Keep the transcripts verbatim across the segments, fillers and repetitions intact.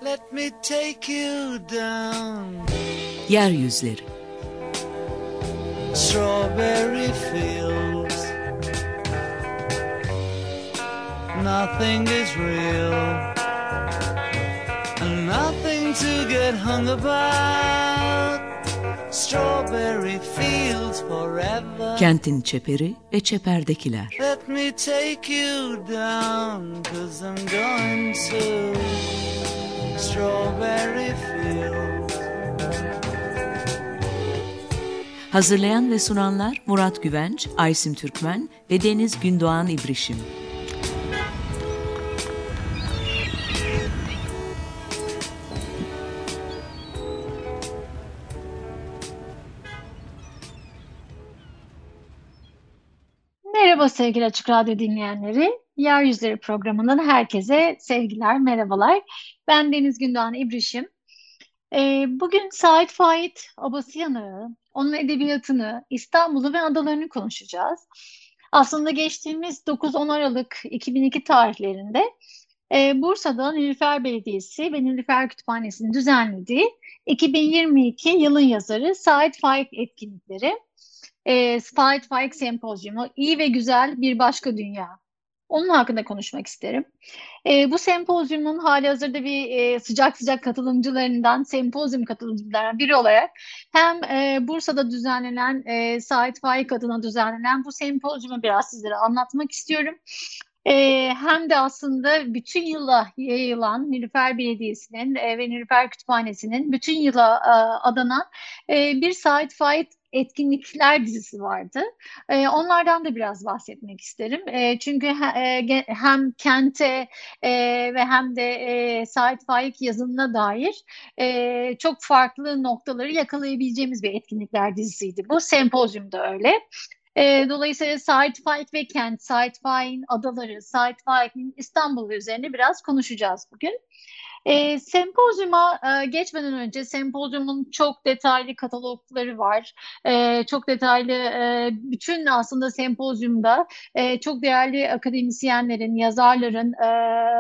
Let me take you down. Yeryüzleri. Strawberry fields. Nothing is real. And nothing to get hung about. Strawberry fields forever. Kentin çeperi ve çeperdekiler. Let me take you down, 'cause I'm going to Strawberry fields. Hazırlayan ve sunanlar Murat Güvenç, Aysim Türkmen ve Deniz Gündoğan İbrişim. Merhaba sevgili Açık Radyo dinleyenleri. Yeryüzleri programından herkese sevgiler, merhabalar. Ben Deniz Gündoğan İbrişim. Ee, bugün Sait Faik Abasıyanık'ı, onun edebiyatını, İstanbul'u ve adalarını konuşacağız. Aslında geçtiğimiz dokuz on Aralık iki bin iki tarihlerinde e, Bursa'da Nilüfer Belediyesi ve Nilüfer Kütüphanesi'nin düzenlediği iki bin yirmi iki yılın yazarı Sait Faik etkinlikleri, e, Sait Faik Sempozyumu, İyi ve Güzel Bir Başka Dünya. Onun hakkında konuşmak isterim. E, bu sempozyumun halihazırda bir e, sıcak sıcak katılımcılarından, sempozyum katılımcılarından biri olarak hem e, Bursa'da düzenlenen, e, Sait Faik adına düzenlenen bu sempozyumu biraz sizlere anlatmak istiyorum. E, hem de aslında bütün yıla yayılan Nilüfer Belediyesi'nin e, ve Nilüfer Kütüphanesi'nin bütün yıla e, adanan e, bir Sait Faik etkinlikler dizisi vardı. E, onlardan da biraz bahsetmek isterim. E, çünkü he- e, ge- hem kente e, ve hem de e, Sait Faik yazınına dair e, çok farklı noktaları yakalayabileceğimiz bir etkinlikler dizisiydi. Bu sempozyumda öyle. E, dolayısıyla Sait Faik ve kent, Sait Faik'in adaları, Sait Faik'in İstanbul üzerine biraz konuşacağız bugün. E, sempozyuma e, geçmeden önce sempozyumun çok detaylı katalogları var. E, çok detaylı e, bütün aslında sempozyumda e, çok değerli akademisyenlerin, yazarların e,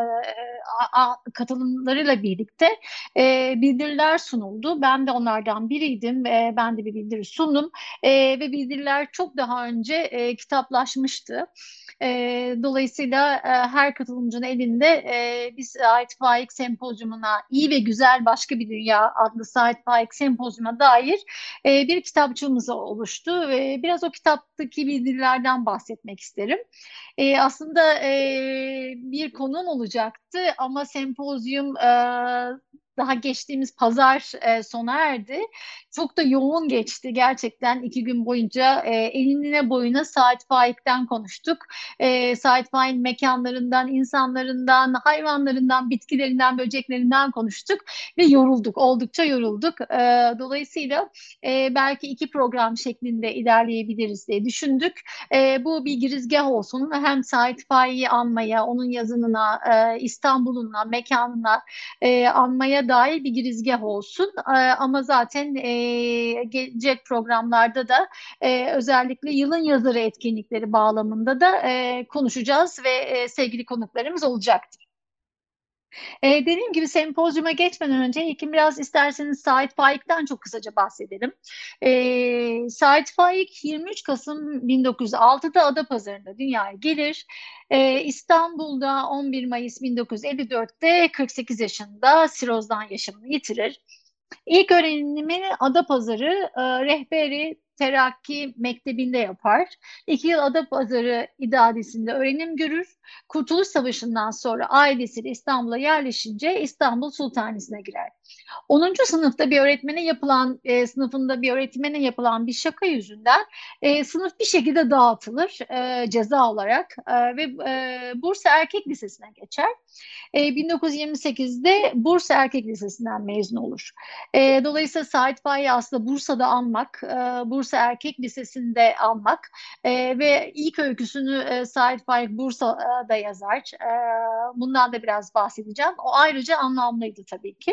a, a, katılımlarıyla birlikte e, bildiriler sunuldu. Ben de onlardan biriydim. E, ben de bir bildiri sundum. E, ve bildiriler çok daha önce e, kitaplaşmıştı. E, dolayısıyla e, her katılımcının elinde e, bir Sait Faik Sempozyumuna, İyi ve Güzel Başka Bir Dünya adlı Sait Faik Sempozyumuna dair e, bir kitapçığımız oluştu. E, biraz o kitaptaki bildirilerden bahsetmek isterim. E, aslında e, bir konum olacaktı ama sempozyum e, daha geçtiğimiz pazar e, sona erdi. Çok da yoğun geçti gerçekten iki gün boyunca e, enine boyuna Sait Faik'ten konuştuk. E, Sait Faik'in mekanlarından, insanlarından, hayvanlarından, bitkilerinden, böceklerinden konuştuk ve yorulduk, oldukça yorulduk. E, dolayısıyla e, belki iki program şeklinde ilerleyebiliriz diye düşündük. E, bu bir girizgah olsun. Hem Sait Faik'i anmaya, onun yazınına, e, İstanbul'una, mekanına e, anmaya dair bir girizgah olsun. E, ama zaten e, gelecek programlarda da e, özellikle yılın yazarı etkinlikleri bağlamında da e, konuşacağız ve e, sevgili konuklarımız olacaktır. E, dediğim gibi sempozyuma geçmeden önce ilk biraz isterseniz Sait Faik'ten çok kısaca bahsedelim. E, Sait Faik yirmi üç Kasım bin dokuz yüz altıda Adapazarı'nda dünyaya gelir. E, İstanbul'da on bir Mayıs bin dokuz yüz elli dörtte kırk sekiz yaşında sirozdan yaşamını yitirir. İlk öğrenimini Adapazarı e, Rehberi Terakki Mektebi'nde yapar. İki yıl Adapazarı İdadisi'nde öğrenim görür. Kurtuluş Savaşı'ndan sonra ailesiyle İstanbul'a yerleşince İstanbul Sultanisi'ne girer. Onuncu sınıfta bir öğretmene yapılan e, sınıfında bir öğretmene yapılan bir şaka yüzünden e, sınıf bir şekilde dağıtılır e, ceza olarak e, ve e, Bursa Erkek Lisesi'ne geçer. E, bin dokuz yüz yirmi sekizde Bursa Erkek Lisesi'nden mezun olur. E, dolayısıyla Sait Faik'i aslında Bursa'da almak, e, Bursa Erkek Lisesi'nde almak e, ve ilk öyküsünü e, Sait Faik Bursa'da yazar. E, bundan da biraz bahsedeceğim. O ayrıca anlamlıydı tabii ki.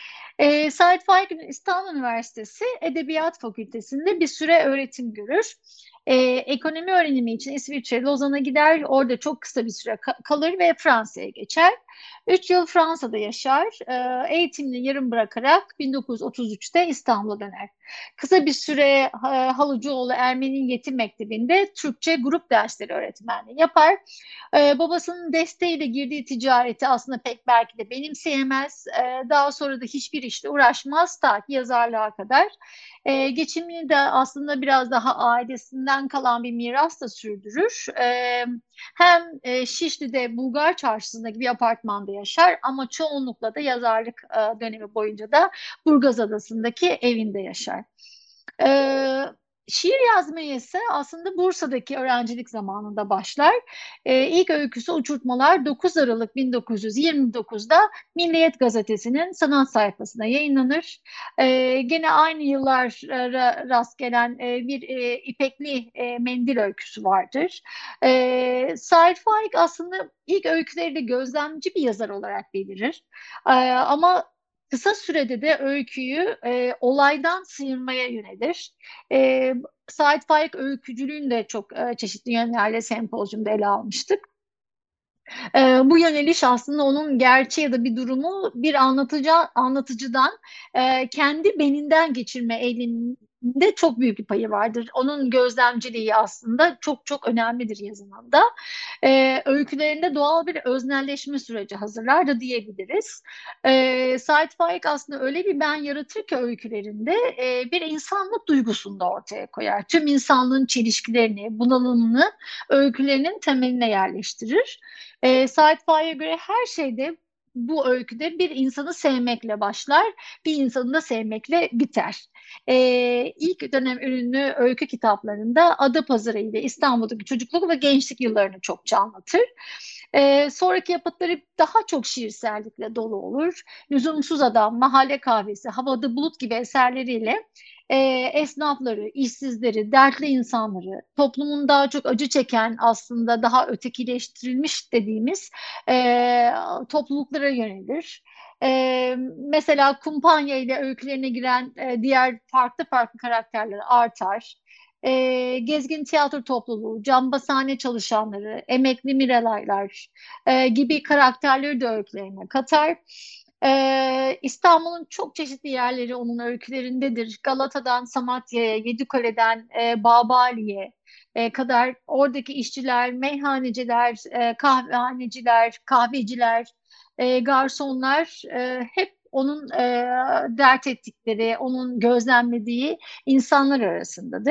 E, Sait Faik İstanbul Üniversitesi Edebiyat Fakültesi'nde bir süre öğretim görür. E, ekonomi öğrenimi için İsviçre, Lozan'a gider. Orada çok kısa bir süre ka- kalır ve Fransa'ya geçer. Üç yıl Fransa'da yaşar. E, eğitimini yarım bırakarak bin dokuz yüz otuz üçte İstanbul'a döner. Kısa bir süre e, Halıcıoğlu Ermeni Yetim Mektebi'nde Türkçe grup dersleri öğretmenliği yapar. Ee, babasının desteğiyle girdiği ticareti aslında pek belki de benimseyemez. Ee, daha sonra da hiçbir işle uğraşmaz ta ki yazarlığa kadar. Ee, geçimini de aslında biraz daha ailesinden kalan bir miras da sürdürür. Ee, hem e, Şişli'de Bulgar Çarşısı'ndaki bir apartmanda yaşar ama çoğunlukla da yazarlık e, dönemi boyunca da Burgaz Adası'ndaki evinde yaşar. Ee, Şiir yazmaya ise aslında Bursa'daki öğrencilik zamanında başlar. Ee, ilk öyküsü Uçurtmalar dokuz Aralık bin dokuz yüz yirmi dokuzda Milliyet Gazetesi'nin sanat sayfasına yayınlanır. Ee, gene aynı yıllara rast gelen e, bir e, İpekli e, Mendil öyküsü vardır. Ee, Sait Faik aslında ilk öyküleri gözlemci bir yazar olarak belirir. Ee, ama kısa sürede de öyküyü e, olaydan sıyırmaya yönelir. E, Sait Faik öykücülüğünü de çok e, çeşitli yönlerle sempozyumda ele almıştık. E, bu yöneliş aslında onun gerçeği ya da bir durumu bir anlatıcı anlatıcıdan e, kendi beninden geçirme eğiliminde çok büyük bir payı vardır. Onun gözlemciliği aslında çok çok önemlidir yazımında. E, öykülerinde doğal bir öznelleşme süreci hazırlar da diyebiliriz. E, Sait Faik aslında öyle bir ben yaratır ki öykülerinde e, bir insanlık duygusunu da ortaya koyar. Tüm insanlığın çelişkilerini, bunalımını öykülerinin temeline yerleştirir. E, Sait Faik'e göre her şeyde bu öyküde bir insanı sevmekle başlar, bir insanı da sevmekle biter. E, ilk dönem ürünlü öykü kitaplarında Adapazarı ile İstanbul'daki çocukluk ve gençlik yıllarını çokça anlatır. E, sonraki yapıtları daha çok şiirsellikle dolu olur. Lüzumsuz Adam, Mahalle Kahvesi, Havada Bulut gibi eserleriyle e, esnafları, işsizleri, dertli insanları, toplumun daha çok acı çeken aslında daha ötekileştirilmiş dediğimiz e, topluluklara yönelir. E, mesela Kumpanya ile öykülerine giren e, diğer farklı farklı karakterler artar. E, gezgin tiyatro topluluğu, cambazhane çalışanları, emekli Miralaylar e, gibi karakterleri de öykülerine katar. Ee, İstanbul'un çok çeşitli yerleri onun öykülerindedir. Galata'dan Samatya'ya, Yedikule'den e, Babali'ye e, kadar oradaki işçiler, meyhaneciler, e, kahvehaneciler, kahveciler, e, garsonlar e, hep onun e, dert ettikleri, onun gözlemlediği insanlar arasındadır.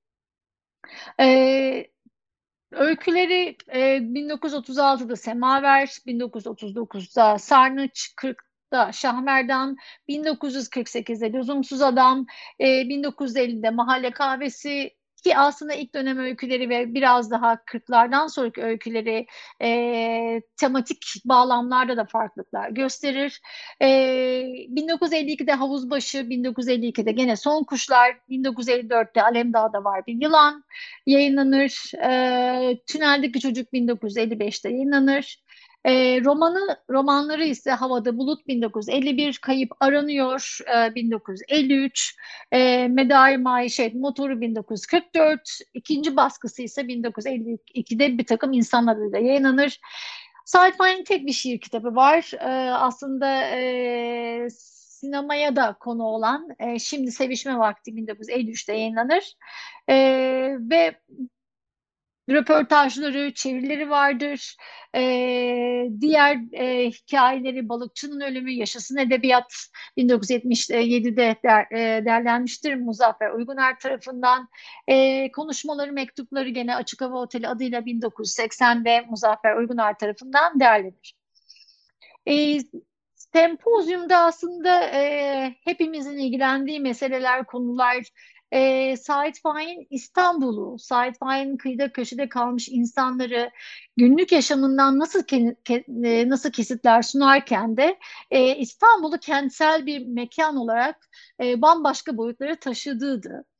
E, Öyküleri e, bin dokuz yüz otuz altıda Semaver, bin dokuz yüz otuz dokuzda Sarnıç, kırkta Şahmerdan, bin dokuz yüz kırk sekizde Lüzumsuz Adam, e, bin dokuz yüz ellide Mahalle Kahvesi ki aslında ilk dönem öyküleri ve biraz daha kırklardan sonraki öyküleri e, tematik bağlamlarda da farklılıklar gösterir. E, bin dokuz yüz elli ikide Havuzbaşı, bin dokuz yüz elli ikide gene Son Kuşlar, bin dokuz yüz elli dörtte Alemdağ'da Var Bir Yılan yayınlanır. E, Tüneldeki Çocuk bin dokuz yüz elli beşte yayınlanır. E, romanı romanları ise Havada Bulut bin dokuz yüz elli bir, Kayıp Aranıyor e, bin dokuz yüz elli üç, e, Medai Maişet Motoru bin dokuz yüz kırk dört, ikinci baskısı ise bin dokuz yüz elli ikide Bir Takım İnsanlar adıyla yayınlanır. Sait Faik'in tek bir şiir kitabı var. E, aslında e, sinemaya da konu olan e, Şimdi Sevişme Vakti bin dokuz yüz elli üçte yayınlanır. E, ve röportajları, çevirileri vardır. Ee, diğer e, hikayeleri Balıkçının Ölümü, Yaşasın Edebiyat bin dokuz yüz yetmiş yedide der, e, derlenmiştir Muzaffer Uyguner tarafından. E, konuşmaları, mektupları gene Açık Hava Oteli adıyla bin dokuz yüz seksende Muzaffer Uyguner tarafından derlenir. E, Sempozyumda aslında e, hepimizin ilgilendiği meseleler, konular, e, Sait Faik'in İstanbul'u, Sait Faik'in kıyıda köşede kalmış insanları günlük yaşamından nasıl ke- ke- e, nasıl kesitler sunarken de e, İstanbul'u kentsel bir mekan olarak e, bambaşka boyutlara taşıdığıydı.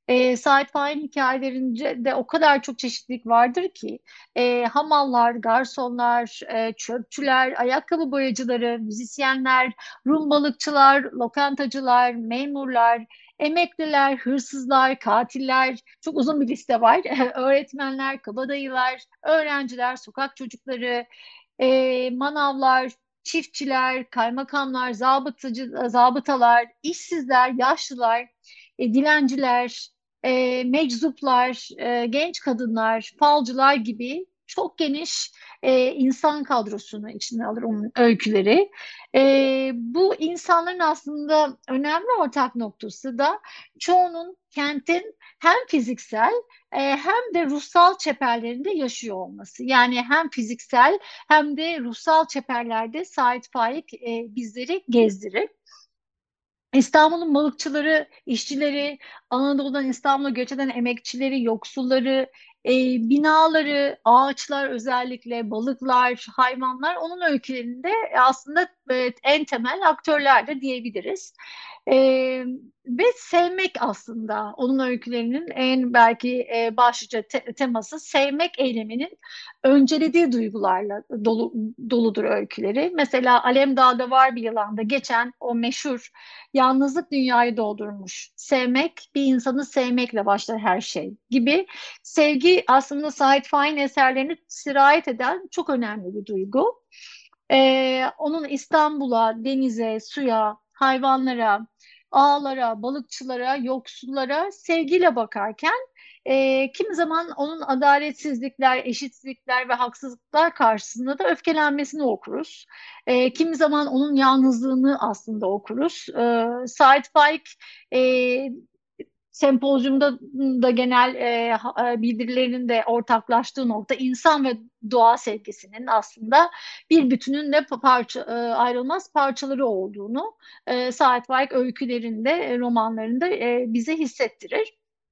E, Sait Faik'in hikayelerinde de o kadar çok çeşitlilik vardır ki e, hamallar, garsonlar, e, çöpçüler, ayakkabı boyacıları, müzisyenler, Rum balıkçılar, lokantacılar, memurlar, emekliler, hırsızlar, katiller, çok uzun bir liste var. Öğretmenler, kabadayılar, öğrenciler, sokak çocukları, e, manavlar, çiftçiler, kaymakamlar, zabıtacı, zabıtalar, işsizler, yaşlılar, e, dilenciler, e, meczuplar, e, genç kadınlar, falcılar gibi çok geniş e, insan kadrosunu içine alır onun öyküleri. E, bu insanların aslında önemli ortak noktası da çoğunun kentin hem fiziksel e, hem de ruhsal çeperlerinde yaşıyor olması. Yani hem fiziksel hem de ruhsal çeperlerde Sait Faik e, bizleri gezdirir. İstanbul'un balıkçıları, işçileri, Anadolu'dan İstanbul'a göç eden emekçileri, yoksulları, e, binaları, ağaçlar özellikle, balıklar, hayvanlar onun öykülerinde aslında e, en temel aktörler de diyebiliriz. E, Ve sevmek aslında onun öykülerinin en belki e, başlıca te- teması sevmek eyleminin öncelediği duygularla dolu, doludur öyküleri. Mesela Alemdağ'da var bir yılanda geçen o meşhur yalnızlık dünyayı doldurmuş. Sevmek, bir insanı sevmekle başlar her şey gibi. Sevgi aslında Sait Faik'in eserlerini sirayet eden çok önemli bir duygu. Ee, onun İstanbul'a, denize, suya, hayvanlara, ağlara, balıkçılara, yoksullara sevgiyle bakarken e, kimi zaman onun adaletsizlikler, eşitsizlikler ve haksızlıklar karşısında da öfkelenmesini okuruz. E, kimi zaman onun yalnızlığını aslında okuruz. E, Sait Faik e, sempozyumda da genel e, ha- e, bildirilerinin de ortaklaştığı nokta insan ve doğa sevgisinin aslında bir bütünün de pa- parça, e, ayrılmaz parçaları olduğunu e, Sait Faik öykülerinde, e, romanlarında e, bize hissettirir.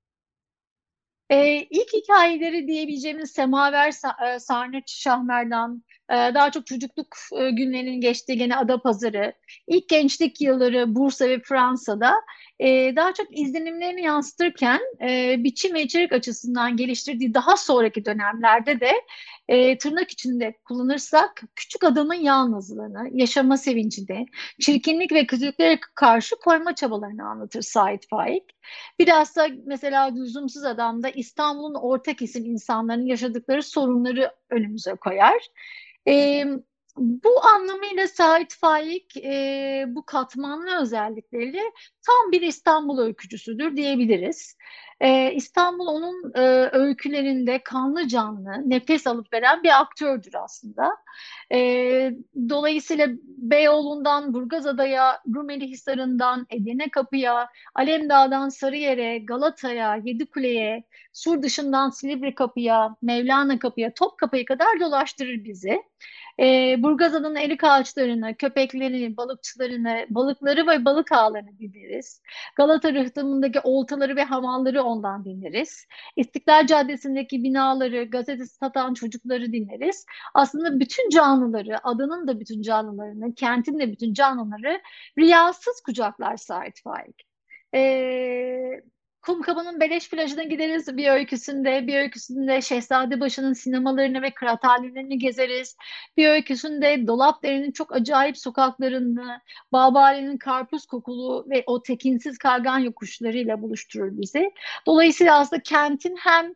Ee, ilk hikayeleri diyebileceğimiz Semaver, Sa- e, Sarnıç, Şahmerdan, e, daha çok çocukluk e, günlerinin geçtiği gene Adapazarı, ilk gençlik yılları Bursa ve Fransa'da e, daha çok izlenimlerini yansıtırken e, biçim ve içerik açısından geliştirdiği daha sonraki dönemlerde de e, tırnak içinde kullanırsak küçük adamın yalnızlığını, yaşama sevincini, çirkinlik ve kötülüklere karşı koyma çabalarını anlatır Sait Faik. Biraz da mesela Lüzumsuz Adam'da İstanbul'un orta kesim insanların yaşadıkları sorunları önümüze koyar. E, Bu anlamıyla Sait Faik e, bu katmanlı özellikleriyle tam bir İstanbul öykücüsüdür diyebiliriz. E, İstanbul onun e, öykülerinde kanlı canlı, nefes alıp veren bir aktördür aslında. E, Dolayısıyla Beyoğlu'ndan Burgazada'ya, Rumeli Hisarı'ndan Edirne Kapı'ya, Alemdağ'dan Sarıyer'e, Galata'ya, Yedikule'ye, Sur dışından Silivri Kapı'ya, Mevlana Kapı'ya, Topkapı'ya kadar dolaştırır bizi. E, Burgazada'nın erik ağaçlarını, köpeklerini, balıkçılarını, balıkları ve balık ağlarını dinleriz. Galata rıhtımındaki oltaları ve hamalları ondan dinleriz. İstiklal Caddesi'ndeki binaları, gazetesi satan çocukları dinleriz. Aslında bütün canlıları, adanın da bütün canlılarını, kentin de bütün canlıları riyasız kucaklar Sait Faik. Ee, Kumkapı'nın Beleş plajına gideriz bir öyküsünde. Bir öyküsünde Şehzadebaşı'nın sinemalarını ve kıraathanelerini gezeriz. Bir öyküsünde Dolapdere'nin çok acayip sokaklarını, Babali'nin karpuz kokulu ve o tekinsiz kargan yokuşlarıyla buluşturur bizi. Dolayısıyla aslında kentin hem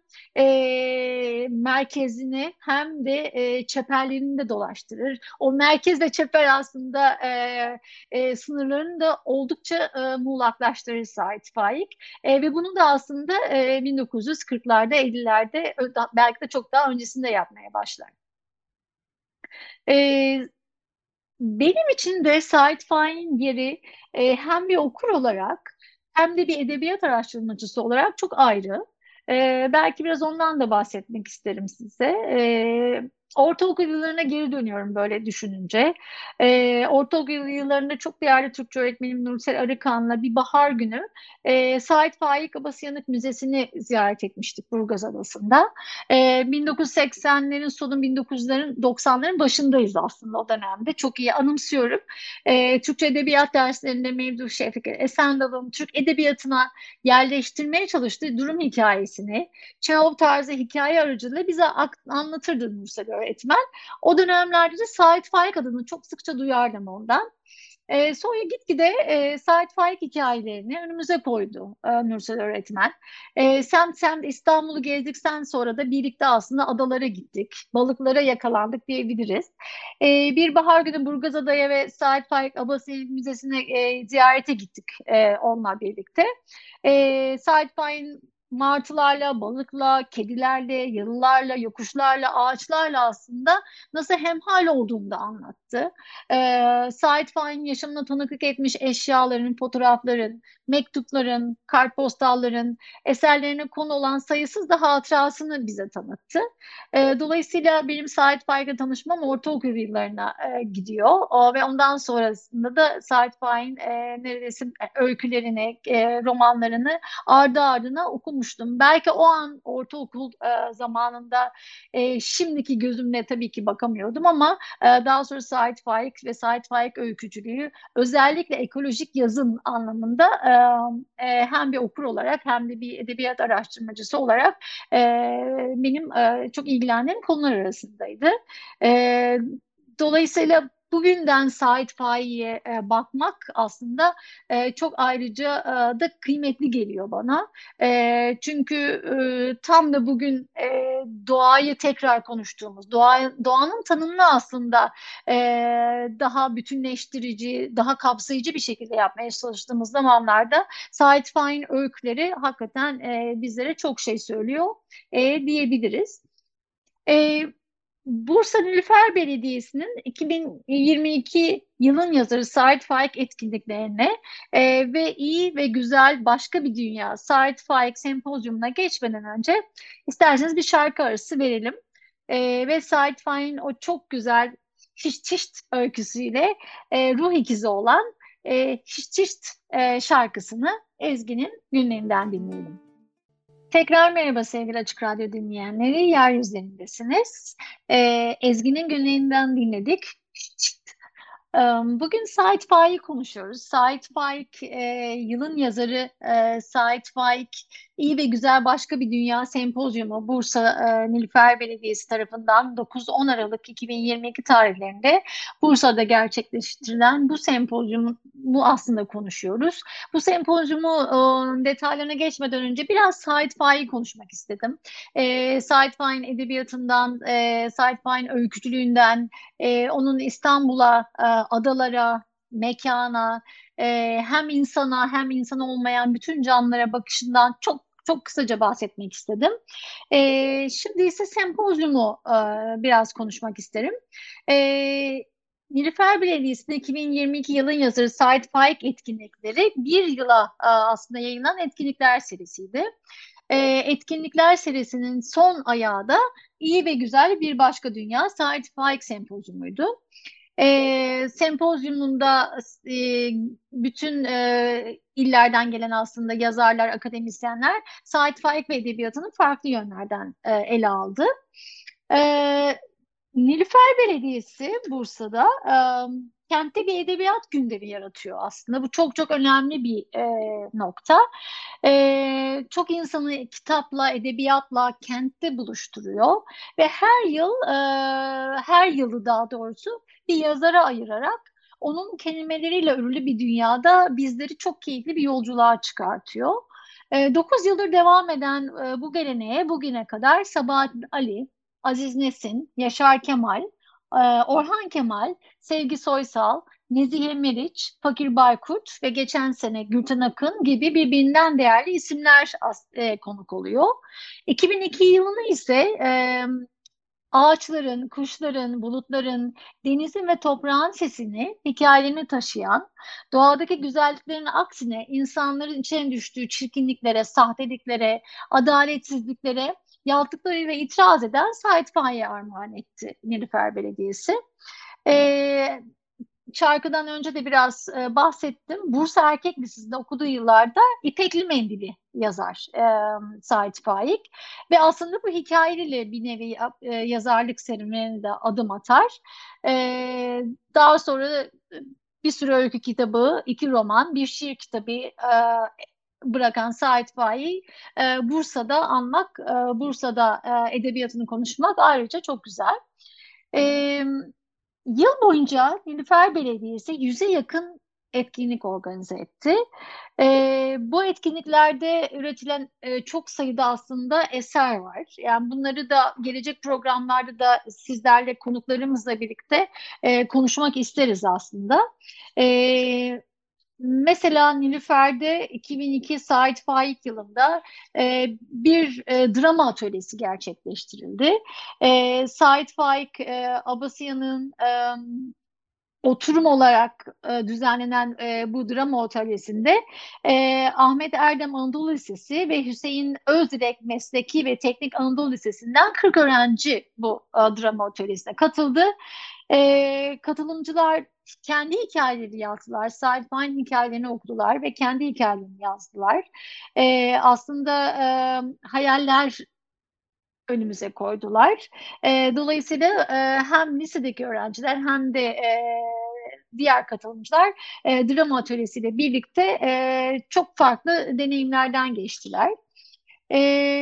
e, merkezini hem de e, çeperlerini de dolaştırır. O merkez ve çeper aslında e, e, sınırlarını da oldukça e, muğlaklaştırır Sait Faik. E, ve bunu da aslında e, bin dokuz yüz kırklarda, ellilerde belki de çok daha öncesinde yapmaya başlar. E, Benim için de Sait Faik'in yeri e, hem bir okur olarak hem de bir edebiyat araştırmacısı olarak çok ayrı. E, belki biraz ondan da bahsetmek isterim size. E, ortaokul yıllarına geri dönüyorum böyle düşününce. Ee, ortaokul yıllarında çok değerli Türkçe öğretmenim Nursel Arıkan'la bir bahar günü e, Sait Faik Abasıyanık Müzesi'ni ziyaret etmiştik Burgaz Adası'nda. Ee, bin dokuz yüz seksenlerin sonu bin dokuz yüzlerin doksanların başındayız aslında o dönemde. Çok iyi anımsıyorum. Ee, Türkçe Edebiyat derslerinde Mevdu Şefik Esendal'ın Türk Edebiyatı'na yerleştirmeye çalıştığı durum hikayesini Çehov tarzı hikaye aracılığıyla bize ak- anlatırdı Nursel öğretmen. O dönemlerde de Sait Faik adını çok sıkça duyardım ondan. E, sonra gitgide e, Sait Faik hikayelerini önümüze koydu e, Nursel öğretmen. E, sen sen de İstanbul'u gezdikten sonra da birlikte aslında adalara gittik. Balıklara yakalandık diyebiliriz. E, bir bahar günü Burgazada'ya ve Sait Faik Abasıyan Müzesi'ne e, ziyarete gittik e, onunla birlikte. E, Sait Faik'in martılarla, balıkla, kedilerle, yalılarla, yokuşlarla, ağaçlarla aslında nasıl hemhal olduğunu da anlattı. Ee, Sait Faik'in yaşamına tanıklık etmiş eşyaların, fotoğrafların, mektupların, kartpostalların, eserlerine konu olan sayısız da hatırasını bize tanıttı. Ee, dolayısıyla benim Sait Faik'le tanışmam ortaokul yıllarına e, gidiyor. O, ve ondan sonrasında da Sait Faik'in e, neredeyse öykülerini, e, romanlarını ardı ardına okumuştum. Belki o an ortaokul e, zamanında e, şimdiki gözümle tabii ki bakamıyordum ama ee, Daha sonra Sait Faik ve Sait Faik öykücülüğü özellikle ekolojik yazım anlamında e, e, hem bir okur olarak hem de bir edebiyat araştırmacısı olarak e, benim e, çok ilgilendiğim konular arasındaydı. E, Dolayısıyla bugünden Sait Faik'e e, bakmak aslında e, çok ayrıca e, da kıymetli geliyor bana. E, çünkü e, tam da bugün e, doğayı tekrar konuştuğumuz, doğa, doğanın tanımını aslında e, daha bütünleştirici, daha kapsayıcı bir şekilde yapmaya çalıştığımız zamanlarda Sait Faik'in öyküleri hakikaten e, bizlere çok şey söylüyor e, diyebiliriz. E, Bursa Nilüfer Belediyesi'nin iki bin yirmi iki yılın yazarı Sait Faik etkinliklerine e, ve iyi ve güzel başka bir dünya Sait Faik sempozyumuna geçmeden önce isterseniz bir şarkı arası verelim. E, ve Sait Faik'in o çok güzel Şiş Çişt öyküsüyle e, ruh ikizi olan e, Şiş Çişt e, şarkısını Ezgi'nin günlerinden dinleyelim. Tekrar merhaba sevgili Açık Radyo dinleyenleri. Yeryüzlerindesiniz. Ee, Ezgi'nin günlerinden dinledik. Ee, Bugün Sait Faik'i konuşuyoruz. Sait Faik, e, yılın yazarı e, Sait Faik, İyi ve Güzel Başka Bir Dünya Sempozyumu Bursa e, Nilüfer Belediyesi tarafından dokuz on Aralık iki bin yirmi iki tarihlerinde Bursa'da gerçekleştirilen bu sempozyumu aslında konuşuyoruz. Bu sempozyumu e, detaylarına geçmeden önce biraz Sait Faik'i konuşmak istedim. E, Sait Faik'in edebiyatından, e, Sait Faik'in öykücülüğünden, e, onun İstanbul'a, e, adalara, mekana, e, hem insana hem insan olmayan bütün canlılara bakışından çok çok kısaca bahsetmek istedim. E, şimdi ise sempozyumu e, biraz konuşmak isterim. E, Nilüfer Belediyesi'nin iki bin yirmi iki yılın yazarı Sait Faik etkinlikleri bir yıla e, aslında yayınlanan etkinlikler serisiydi. E, etkinlikler serisinin son ayağı da İyi ve Güzel Bir Başka Dünya Sait Faik Sempozyumuydu. E, sempozyumunda e, bütün e, illerden gelen aslında yazarlar, akademisyenler Sait Faik ve edebiyatını farklı yönlerden e, ele aldı. E, Nilüfer Belediyesi Bursa'da e, kentte bir edebiyat gündemi yaratıyor aslında. Bu çok çok önemli bir e, nokta. E, çok insanı kitapla, edebiyatla kentte buluşturuyor ve her yıl, e, her yılı daha doğrusu bir yazara ayırarak onun kelimeleriyle örülü bir dünyada bizleri çok keyifli bir yolculuğa çıkartıyor. E, dokuz yıldır devam eden e, bu geleneğe bugüne kadar Sabahattin Ali, Aziz Nesin, Yaşar Kemal, e, Orhan Kemal, Sevgi Soysal, Nezihe Meriç, Fakir Baykurt ve geçen sene Gülten Akın gibi birbirinden değerli isimler as- e, konuk oluyor. iki bin iki yılını ise e, ağaçların, kuşların, bulutların, denizin ve toprağın sesini, hikayelerini taşıyan, doğadaki güzelliklerin aksine insanların içine düştüğü çirkinliklere, sahteliklere, adaletsizliklere yaptıkları ve itiraz eden Sait Faik'e armağan etti Nilüfer Belediyesi. E, Şarkıdan önce de biraz e, bahsettim. Bursa Erkek Lisesi'nde okuduğu yıllarda İpekli Mendili yazar e, Sait Faik. Ve aslında bu hikayeyle bir nevi e, yazarlık serüvenine de adım atar. E, Daha sonra e, bir sürü öykü kitabı, iki roman, bir şiir kitabı e, bırakan Sait Faik e, Bursa'da anmak, e, Bursa'da e, edebiyatını konuşmak ayrıca çok güzel. E, Yıl boyunca Nilüfer Belediyesi yüze yakın etkinlik organize etti. Ee, bu etkinliklerde üretilen e, çok sayıda aslında eser var. Yani bunları da gelecek programlarda da sizlerle konuklarımızla birlikte e, konuşmak isteriz aslında. Ee, Mesela Nilüfer'de iki bin iki Sait Faik yılında e, bir e, drama atölyesi gerçekleştirildi. E, Sait Faik, e, Abasıyan'ın e, oturum olarak e, düzenlenen e, bu drama atölyesinde e, Ahmet Erdem Anadolu Lisesi ve Hüseyin Özdilek Mesleki ve Teknik Anadolu Lisesi'nden kırk öğrenci bu e, drama atölyesine katıldı. E, katılımcılar kendi hikayeleri yazdılar, Sait Faik'in hikayelerini okudular ve kendi hikayelerini yazdılar. E, aslında e, hayaller önümüze koydular. E, dolayısıyla e, hem lisedeki öğrenciler hem de e, diğer katılımcılar e, drama atölyesiyle birlikte e, çok farklı deneyimlerden geçtiler. E,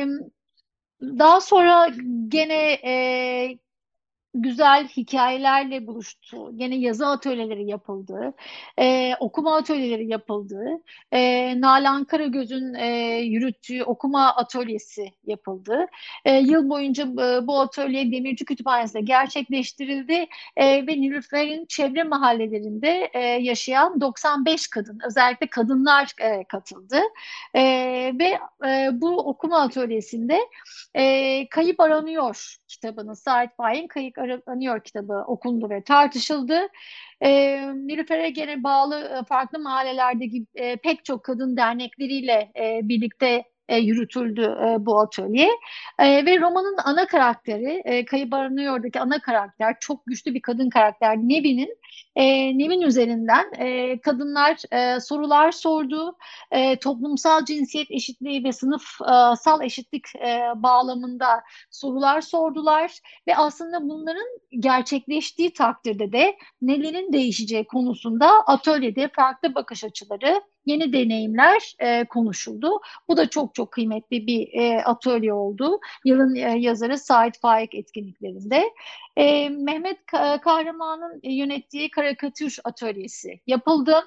Daha sonra gene e, güzel hikayelerle buluştu. Gene yazı atölyeleri yapıldı. Ee, okuma atölyeleri yapıldı. Ee, Nalan Karagöz'ün e, yürüttüğü okuma atölyesi yapıldı. Ee, yıl boyunca e, bu atölye Demirci Kütüphanesi'nde gerçekleştirildi. Ee, ve Nilüfer'in çevre mahallelerinde e, yaşayan doksan beş kadın, özellikle kadınlar e, katıldı. Ee, ve e, bu okuma atölyesinde e, Kayıp Aranıyor kitabını, Sait Faik'in Kayıp Aranıyor kitabı okundu ve tartışıldı. E, Nilüfer'e gene bağlı e, farklı mahallelerdeki e, pek çok kadın dernekleriyle e, birlikte e, yürütüldü e, bu atölye. E, ve romanın ana karakteri, e, Kayıp Aranıyor'daki ana karakter, çok güçlü bir kadın karakter Nevin'in, e, Nevin üzerinden e, kadınlar e, sorular sordu. E, toplumsal cinsiyet eşitliği ve sınıfsal eşitlik e, bağlamında sorular sordular ve aslında bunların gerçekleştiği takdirde de nelerin değişeceği konusunda atölyede farklı bakış açıları, yeni deneyimler e, konuşuldu. Bu da çok çok kıymetli bir e, atölye oldu. Yılın e, yazarı Sait Faik etkinliklerinde. E, Mehmet Kahraman'ın yönettiği karikatür atölyesi yapıldı.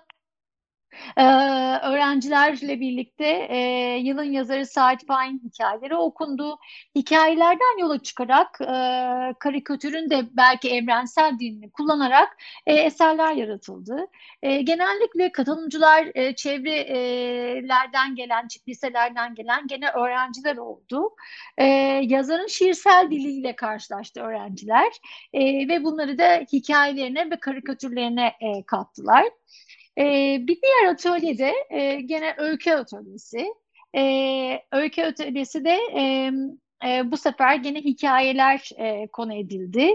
Ee, Öğrencilerle birlikte e, yılın yazarı Sait Faik'in hikayeleri okundu. Hikayelerden yola çıkarak e, karikatürün de belki evrensel dilini kullanarak e, eserler yaratıldı. E, genellikle katılımcılar e, çevrelerden gelen, liselerden gelen gene öğrenciler oldu. E, Yazarın şiirsel diliyle karşılaştı öğrenciler e, ve bunları da hikayelerine ve karikatürlerine e, kattılar. Ee, bir diğer atölyede e, gene öykü atölyesi. Ee, öykü atölyesi de e, e, bu sefer gene hikayeler e, konu edildi.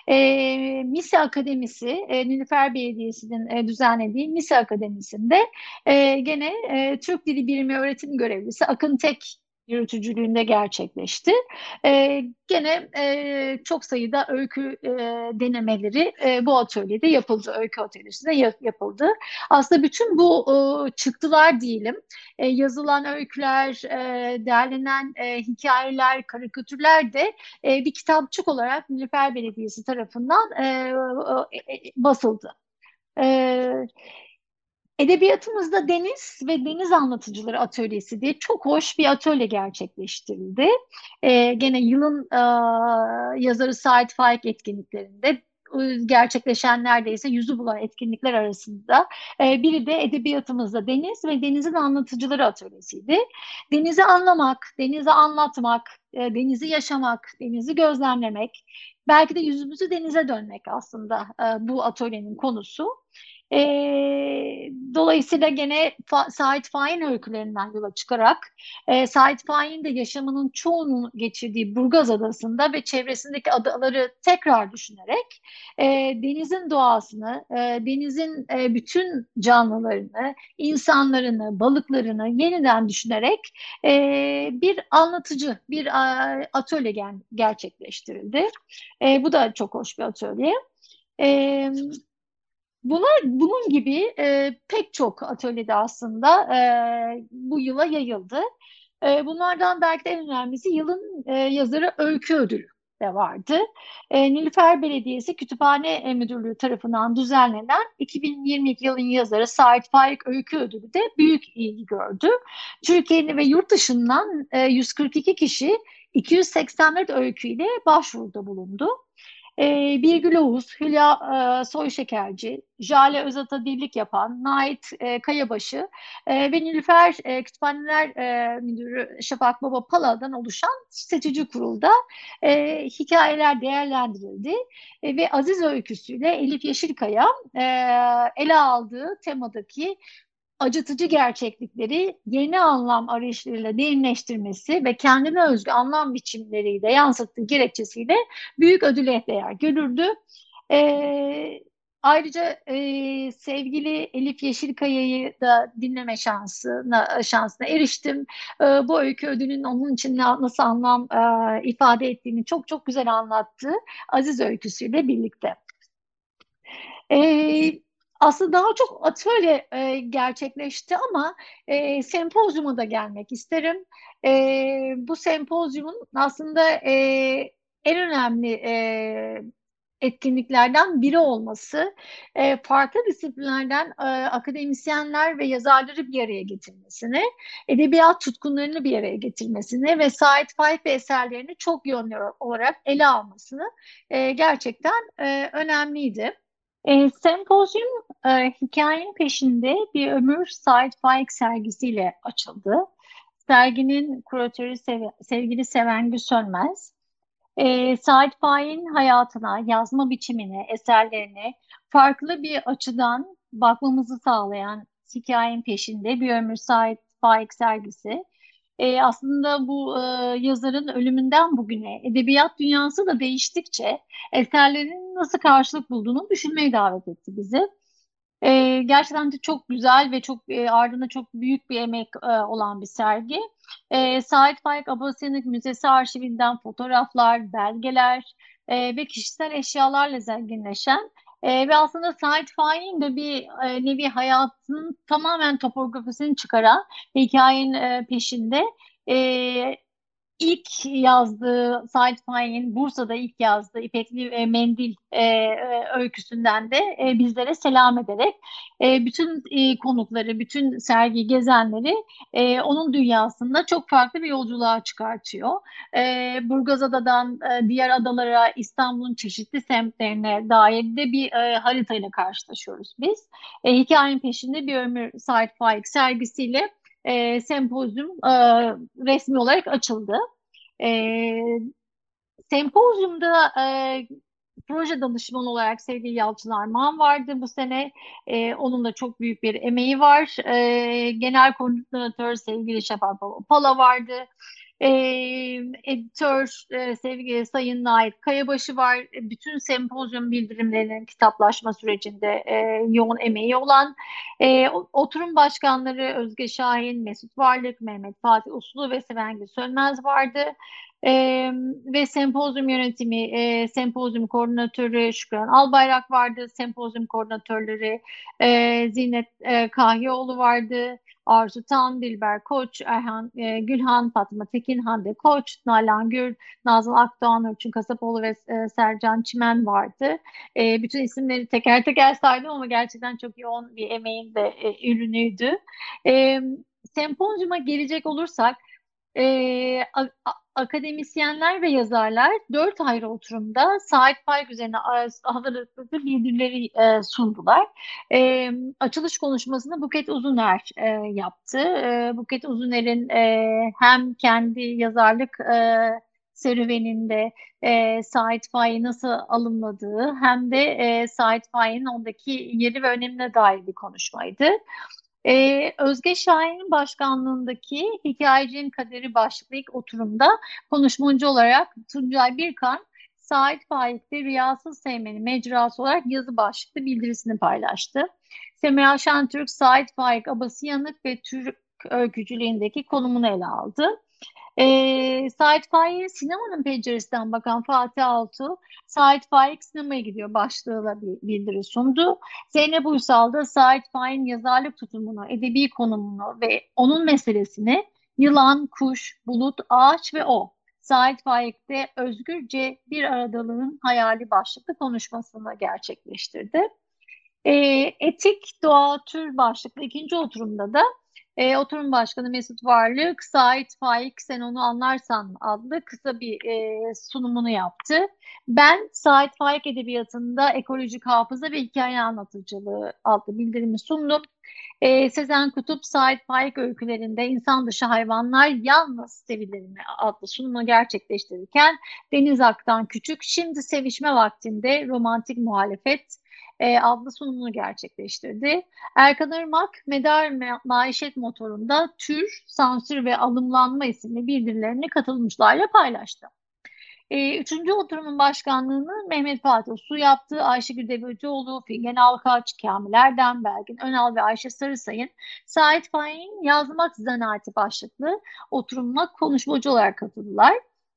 E, Misi Akademisi, e, Nilüfer Belediyesi'nin e, düzenlediği Misi Akademisi'nde e, gene e, Türk Dili Birimi öğretim görevlisi Akın Tek yürütücülüğünde gerçekleşti. E, gene e, çok sayıda öykü e, denemeleri e, bu atölyede yapıldı, öykü atölyesinde yap- yapıldı. Aslında bütün bu e, çıktılar diyelim, e, yazılan öyküler, e, derlenen e, hikayeler, karikatürler de e, bir kitapçık olarak Nilüfer Belediyesi tarafından e, e, e, basıldı. E, Edebiyatımızda Deniz ve Deniz Anlatıcıları Atölyesi diye çok hoş bir atölye gerçekleştirildi. Ee, gene yılın e, yazarı Sait Faik etkinliklerinde e, gerçekleşen neredeyse yüzü bulan etkinlikler arasında e, biri de edebiyatımızda Deniz ve Deniz'in Anlatıcıları Atölyesi'ydi. Denizi anlamak, denizi anlatmak, e, denizi yaşamak, denizi gözlemlemek, belki de yüzümüzü denize dönmek aslında e, bu atölyenin konusu. E, Dolayısıyla gene Fa Sait Faik'in öykülerinden yola çıkarak e, Sait Faik'in de yaşamının çoğunu geçirdiği Burgaz Adası'nda ve çevresindeki adaları tekrar düşünerek e, denizin doğasını, e, denizin e, bütün canlılarını, insanlarını, balıklarını yeniden düşünerek e, bir anlatıcı, bir e, atölye ger- gerçekleştirildi. E, bu da çok hoş bir atölye. E, Bunlar bunun gibi e, pek çok atölyede aslında e, bu yıla yayıldı. E, bunlardan belki de en önemlisi yılın e, yazarı öykü ödülü de vardı. E, Nilüfer Belediyesi Kütüphane Müdürlüğü tarafından düzenlenen iki bin yirmi iki yılın yazarı Sait Faik Öykü Ödülü de büyük ilgi gördü. Türkiye'nin ve yurt dışından e, yüz kırk iki kişi iki yüz seksen dört öyküyle başvuruda bulundu. E, Birgül Oğuz, Hülya e, Soyşekerci, Jale Özat'a dillik yapan Nait e, Kayabaşı e, ve Nilüfer e, Kütüphaneler e, Müdürü Şafak Baba Pala'dan oluşan seçici kurulda e, hikayeler değerlendirildi. E, ve Aziz öyküsüyle Elif Yeşilkaya e, ele aldığı temadaki acıtıcı gerçeklikleri yeni anlam arayışlarıyla derinleştirmesi ve kendine özgü anlam biçimleriyle yansıttığı gerekçesiyle büyük ödüle değer görüldü. Ee, Ayrıca e, sevgili Elif Yeşilkaya'yı da dinleme şansına, şansına eriştim. E, bu öykü ödülünün onun için na- nasıl anlam e, ifade ettiğini çok çok güzel anlattı. Aziz öyküsüyle birlikte. Ee, Aslında daha çok atölye e, gerçekleşti ama e, sempozyuma da gelmek isterim. E, bu sempozyumun aslında e, en önemli e, etkinliklerden biri olması, e, farklı disiplinlerden e, akademisyenler ve yazarları bir araya getirmesini, edebiyat tutkunlarını bir araya getirmesini ve Sait Faik ve eserlerini çok yönlü olarak ele almasını e, gerçekten e, önemliydi. E, sempozyum e, hikayenin peşinde bir ömür Sait Faik sergisiyle açıldı. Serginin kuratörü Seve- sevgili Sevengül Sönmez, e, Sait Faik'in hayatına, yazma biçimine, eserlerine farklı bir açıdan bakmamızı sağlayan hikayenin peşinde bir ömür Sait Faik sergisi. E, aslında bu e, yazarın ölümünden bugüne edebiyat dünyası da değiştikçe eserlerinin nasıl karşılık bulduğunu düşünmeye davet etti bizi. E, gerçekten de çok güzel ve çok e, ardında çok büyük bir emek e, olan bir sergi. E, Sait Faik Abasyanik Müzesi arşivinden fotoğraflar, belgeler e, ve kişisel eşyalarla zenginleşen e, ve aslında Sait Faik'in de bir e, nevi hayatının tamamen topografisini çıkaran hikayenin e, peşinde. E, İlk yazdığı Sait Faik'in Bursa'da ilk yazdığı İpekli e, Mendil e, e, öyküsünden de e, bizlere selam ederek e, bütün e, konukları, bütün sergi gezenleri e, onun dünyasında çok farklı bir yolculuğa çıkartıyor. E, Burgazada'dan e, diğer adalara, İstanbul'un çeşitli semtlerine dair de bir e, haritayla karşılaşıyoruz biz. E, hikayenin peşinde bir ömür Sait Faik sergisiyle e, sempozyum e, resmi olarak açıldı. E, Sempozyumda e, proje danışmanı olarak sevgili Yalçın Armağan vardı bu sene. E, onun da çok büyük bir emeği var. E, genel koordinatör sevgili Şafak Pala vardı. E, Editör e, sevgili Sayın Naip Kayabaşı var. E, Bütün sempozyum bildirimlerinin kitaplaşma sürecinde e, yoğun emeği olan e, oturum başkanları Özge Şahin, Mesut Varlık, Mehmet Fatih Uslu ve Sevengil Sönmez vardı. Ee, Ve sempozyum yönetimi, e, sempozyum koordinatörü Şükran Albayrak vardı. Sempozyum koordinatörleri e, Zinet e, Kahyaoğlu vardı. Arzu Tan, Dilber Koç, Erhan e, Gülhan, Fatma Tekin, Hande Koç, Nalan Gür, Nazlı Akdoğan, Orçun Kasapoğlu ve e, Sercan Çimen vardı. E, bütün isimleri teker teker saydım ama gerçekten çok yoğun bir emeğin de e, ürünüydü. E, Sempozyuma gelecek olursak, e, a- a- akademisyenler ve yazarlar dört ayrı oturumda Sait Faik üzerine a- hazırladıkları bildirileri e, sundular. E, Açılış konuşmasını Buket Uzuner e, yaptı. E, Buket Uzuner'in e, hem kendi yazarlık e, serüveninde e, Sait Faik'i nasıl alımladığı hem de e, Sait Faik'in ondaki yeri ve önemine dair bir konuşmaydı. Ee, Özge Şahin'in başkanlığındaki Hikayecinin Kaderi başlıklı ilk oturumda konuşmacı olarak Tuncay Birkan, Sait Faik'te Rüyasız Sevmenin Mecrası olarak yazı başlıklı bildirisini paylaştı. Semiha Şentürk, Sait Faik, Abası Yanık ve Türk öykücülüğündeki konumunu ele aldı. Ee, Sait Faik'e sinemanın penceresinden bakan Fatih Altuğ, Sait Faik sinemaya gidiyor başlığıyla bir bildiri sundu. Zeynep Uysal da Sait Faik'in yazarlık tutumunu, edebi konumunu ve onun meselesini yılan, kuş, bulut, ağaç ve o. Sait Faik'te özgürce bir aradalığın hayali başlıklı konuşmasını gerçekleştirdi. E, Etik, doğa, tür başlıklı ikinci oturumda da e, oturum başkanı Mesut Varlık, Sait Faik Sen Onu Anlarsan adlı kısa bir e, sunumunu yaptı. Ben Sait Faik Edebiyatı'nda ekolojik hafıza ve hikaye anlatıcılığı adlı bildirimi sundum. E, Sezen Kutup, Sait Faik öykülerinde insan dışı hayvanlar yalnız sevilir mi adlı sunumu gerçekleştirirken Deniz Aktan Küçük, Şimdi Sevişme Vaktinde Romantik Muhalefet e, adlı sunumunu gerçekleştirdi. Erkan Irmak, Medar Ma- Maişet Motoru'nda Tür, Sansür ve Alımlanma isimli bildirilerini katılımcılarla paylaştı. E, üçüncü oturumun başkanlığını Mehmet Fatih Su yaptı. Ayşegül Devecioğlu, Figen Alkaç, Kamil Erdem, Belgin Önal ve Ayşe Sarısay'ın Sait Faik'in Yazmak Zanaati başlıklı oturumuna konuşmacı olarak katıldılar.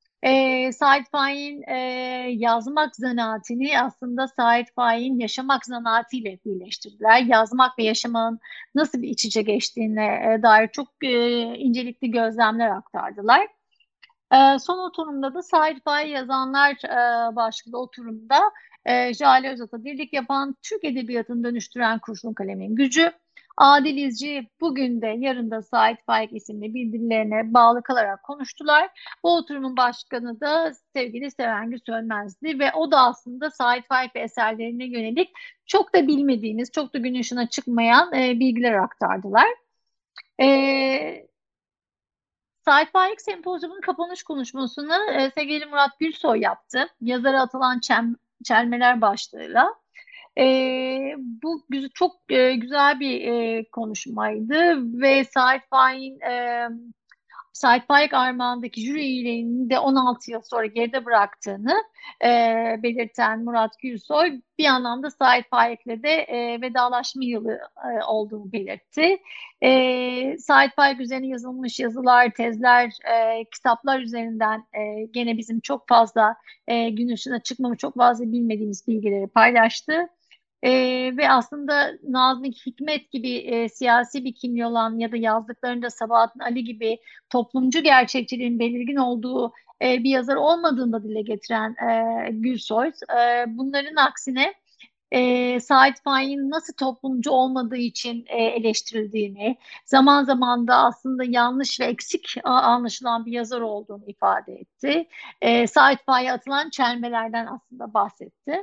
E, Sait Faik'in e, yazmak zanaatini aslında Sait Faik'in yaşamak zanaatiyle birleştirdiler. Yazmak ve yaşamanın nasıl bir iç içe geçtiğine e, dair çok e, incelikli gözlemler aktardılar. Ee, son oturumda da Sait Faik Yazanlar e, başlıklı oturumda e, Jale Özat'a birlik yapan Türk Edebiyatı'nı dönüştüren Kurşun Kalemin Gücü, Adil İzci bugün de yarın da Sait Faik isimli bildirilerine bağlı kalarak konuştular. Bu oturumun başkanı da sevgili Sevengül Sönmez'di ve o da aslında Sait Faik ve eserlerine yönelik çok da bilmediğimiz, çok da gün ışığına çıkmayan e, bilgiler aktardılar. E, Sait Faik Sempozyum'un kapanış konuşmasını e, sevgili Murat Gülsoy yaptı. Yazara atılan çem, çelmeler başlığıyla. E, Bu güz- çok e, güzel bir e, konuşmaydı ve Sait Faik'in e, Sait Faik Armağan'daki jüri üyeliğini de on altı yıl sonra geride bıraktığını e, belirten Murat Gülsoy bir anlamda Sait Faik'le de e, vedalaşma yılı e, olduğunu belirtti. E, Sait Faik üzerine yazılmış yazılar, tezler, e, kitaplar üzerinden e, gene bizim çok fazla e, gün ışığına çıkmamı çok fazla bilmediğimiz bilgileri paylaştı. Ee, ve aslında Nazım Hikmet gibi e, siyasi bir kimliği olan ya da yazdıklarında Sabahattin Ali gibi toplumcu gerçekçiliğin belirgin olduğu e, bir yazar olmadığını da dile getiren e, Gülsoy, e, bunların aksine e, Sait Faik'in nasıl toplumcu olmadığı için e, eleştirildiğini, zaman zaman da aslında yanlış ve eksik a, anlaşılan bir yazar olduğunu ifade etti. E, Sait Faik'e atılan çelmelerden aslında bahsetti.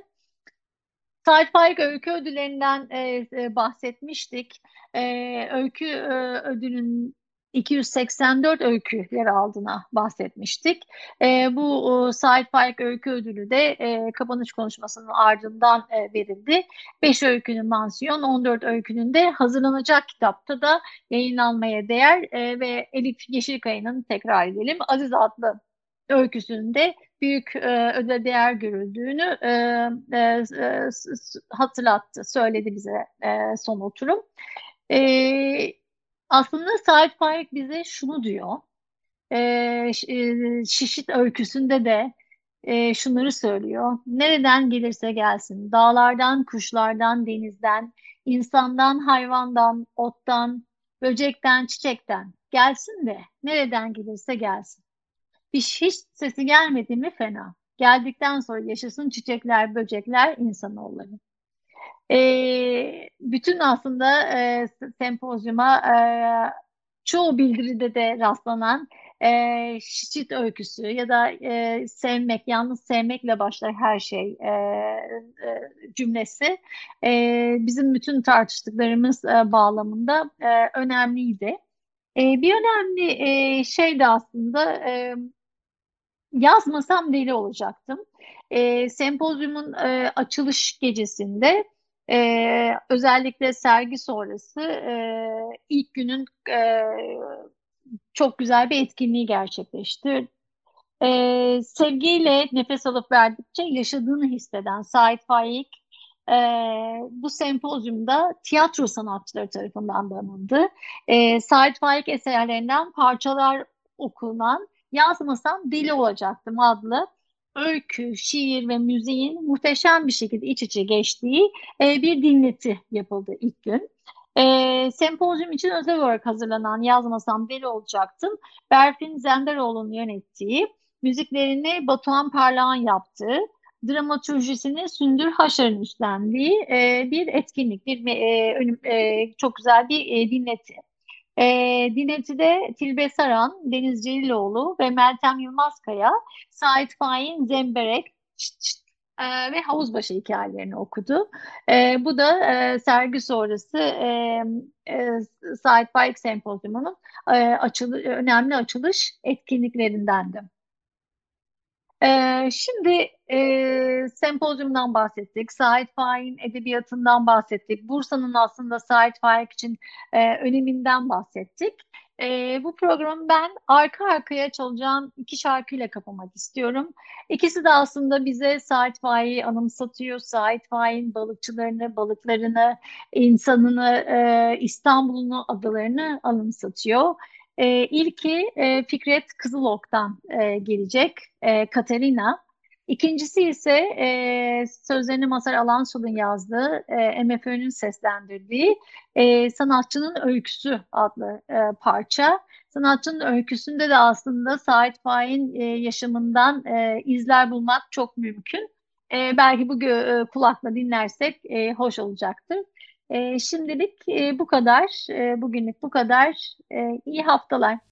Sait Faik Öykü Ödüllerinden e, e, bahsetmiştik. E, öykü e, ödülünün iki yüz seksen dört öykü yer aldığına bahsetmiştik. E, bu e, Sait Faik Öykü Ödülü de e, kapanış konuşmasının ardından e, verildi. beş öykünün mansiyon, on dört öykünün de hazırlanacak kitapta da yayınlanmaya değer e, ve Elif Yeşilkaya'nın tekrar edelim Aziz adlı öyküsünde büyük e, ödül değer görüldüğünü e, e, e, hatırlattı, söyledi bize e, son oturum. E, Aslında Sait Faik bize şunu diyor. E, ş- e, Şişit öyküsünde de e, şunları söylüyor. Nereden gelirse gelsin, dağlardan, kuşlardan, denizden, insandan, hayvandan, ottan, böcekten, çiçekten gelsin de nereden gelirse gelsin. Hiç, hiç sesi gelmedi mi fena. Geldikten sonra yaşasın çiçekler, böcekler, insanoğulları. Ee, bütün aslında e, sempozyuma e, çoğu bildiride de rastlanan e, şişit öyküsü ya da e, sevmek, yalnız sevmekle başlar her şey e, e, cümlesi e, bizim bütün tartıştıklarımız e, bağlamında e, önemliydi. E, bir önemli e, şey de aslında Yazmasam deli olacaktım. E, sempozyumun e, açılış gecesinde e, özellikle sergi sonrası e, ilk günün e, çok güzel bir etkinliği gerçekleşti. Ee, sevgiyle nefes alıp verdikçe yaşadığını hisseden Sait Faik e, bu sempozyumda tiyatro sanatçıları tarafından da anıldı. Ee, Sait Faik eserlerinden parçalar okunan Yazmasam Deli Olacaktım adlı öykü, şiir ve müziğin muhteşem bir şekilde iç içe geçtiği e, bir dinleti yapıldı ilk gün. E, sempozyum için özel olarak hazırlanan Yazmasam Deli Olacaktım, Berfin Zenderoğlu'nun yönettiği, müziklerini Batuhan Parlağan yaptığı, dramatürjisini Sündür Haşar'ın üstlendiği e, bir etkinlik, bir e, önüm- e, çok güzel bir e, dinleti. E, dinletide Tilbe Saran, Deniz Celiloğlu ve Meltem Yılmazkaya, Sait Faik'in Zemberek, Çıt Çıt, e, ve Havuzbaşı hikayelerini okudu. E, bu da e, sergi sonrası e, e, Sait Faik Sempozyumu'nun e, açılı, önemli açılış etkinliklerindendi. Ee, şimdi e, sempozyumdan bahsettik, Sait Faik'in edebiyatından bahsettik, Bursa'nın aslında Sait Faik için e, öneminden bahsettik. E, bu programı ben arka arkaya çalacağım iki şarkıyla kapamak istiyorum. İkisi de aslında bize Sait Faik'i anımsatıyor, Sait Faik'in balıkçılarını, balıklarını, insanını, e, İstanbul'unu, adalarını anımsatıyor. E, ilki e, Fikret Kızılok'tan e, gelecek, e, Katerina. İkincisi ise e, sözlerini Mazhar Alansol'un yazdığı, e, M F Ö'nün seslendirdiği e, Sanatçının Öyküsü adlı e, parça. Sanatçının öyküsünde de aslında Sait Faik'in e, yaşamından e, izler bulmak çok mümkün. E, belki bu gö- e, kulakla dinlersek e, hoş olacaktır. E, şimdilik e, bu kadar. E, bugünlük bu kadar. E, iyi haftalar.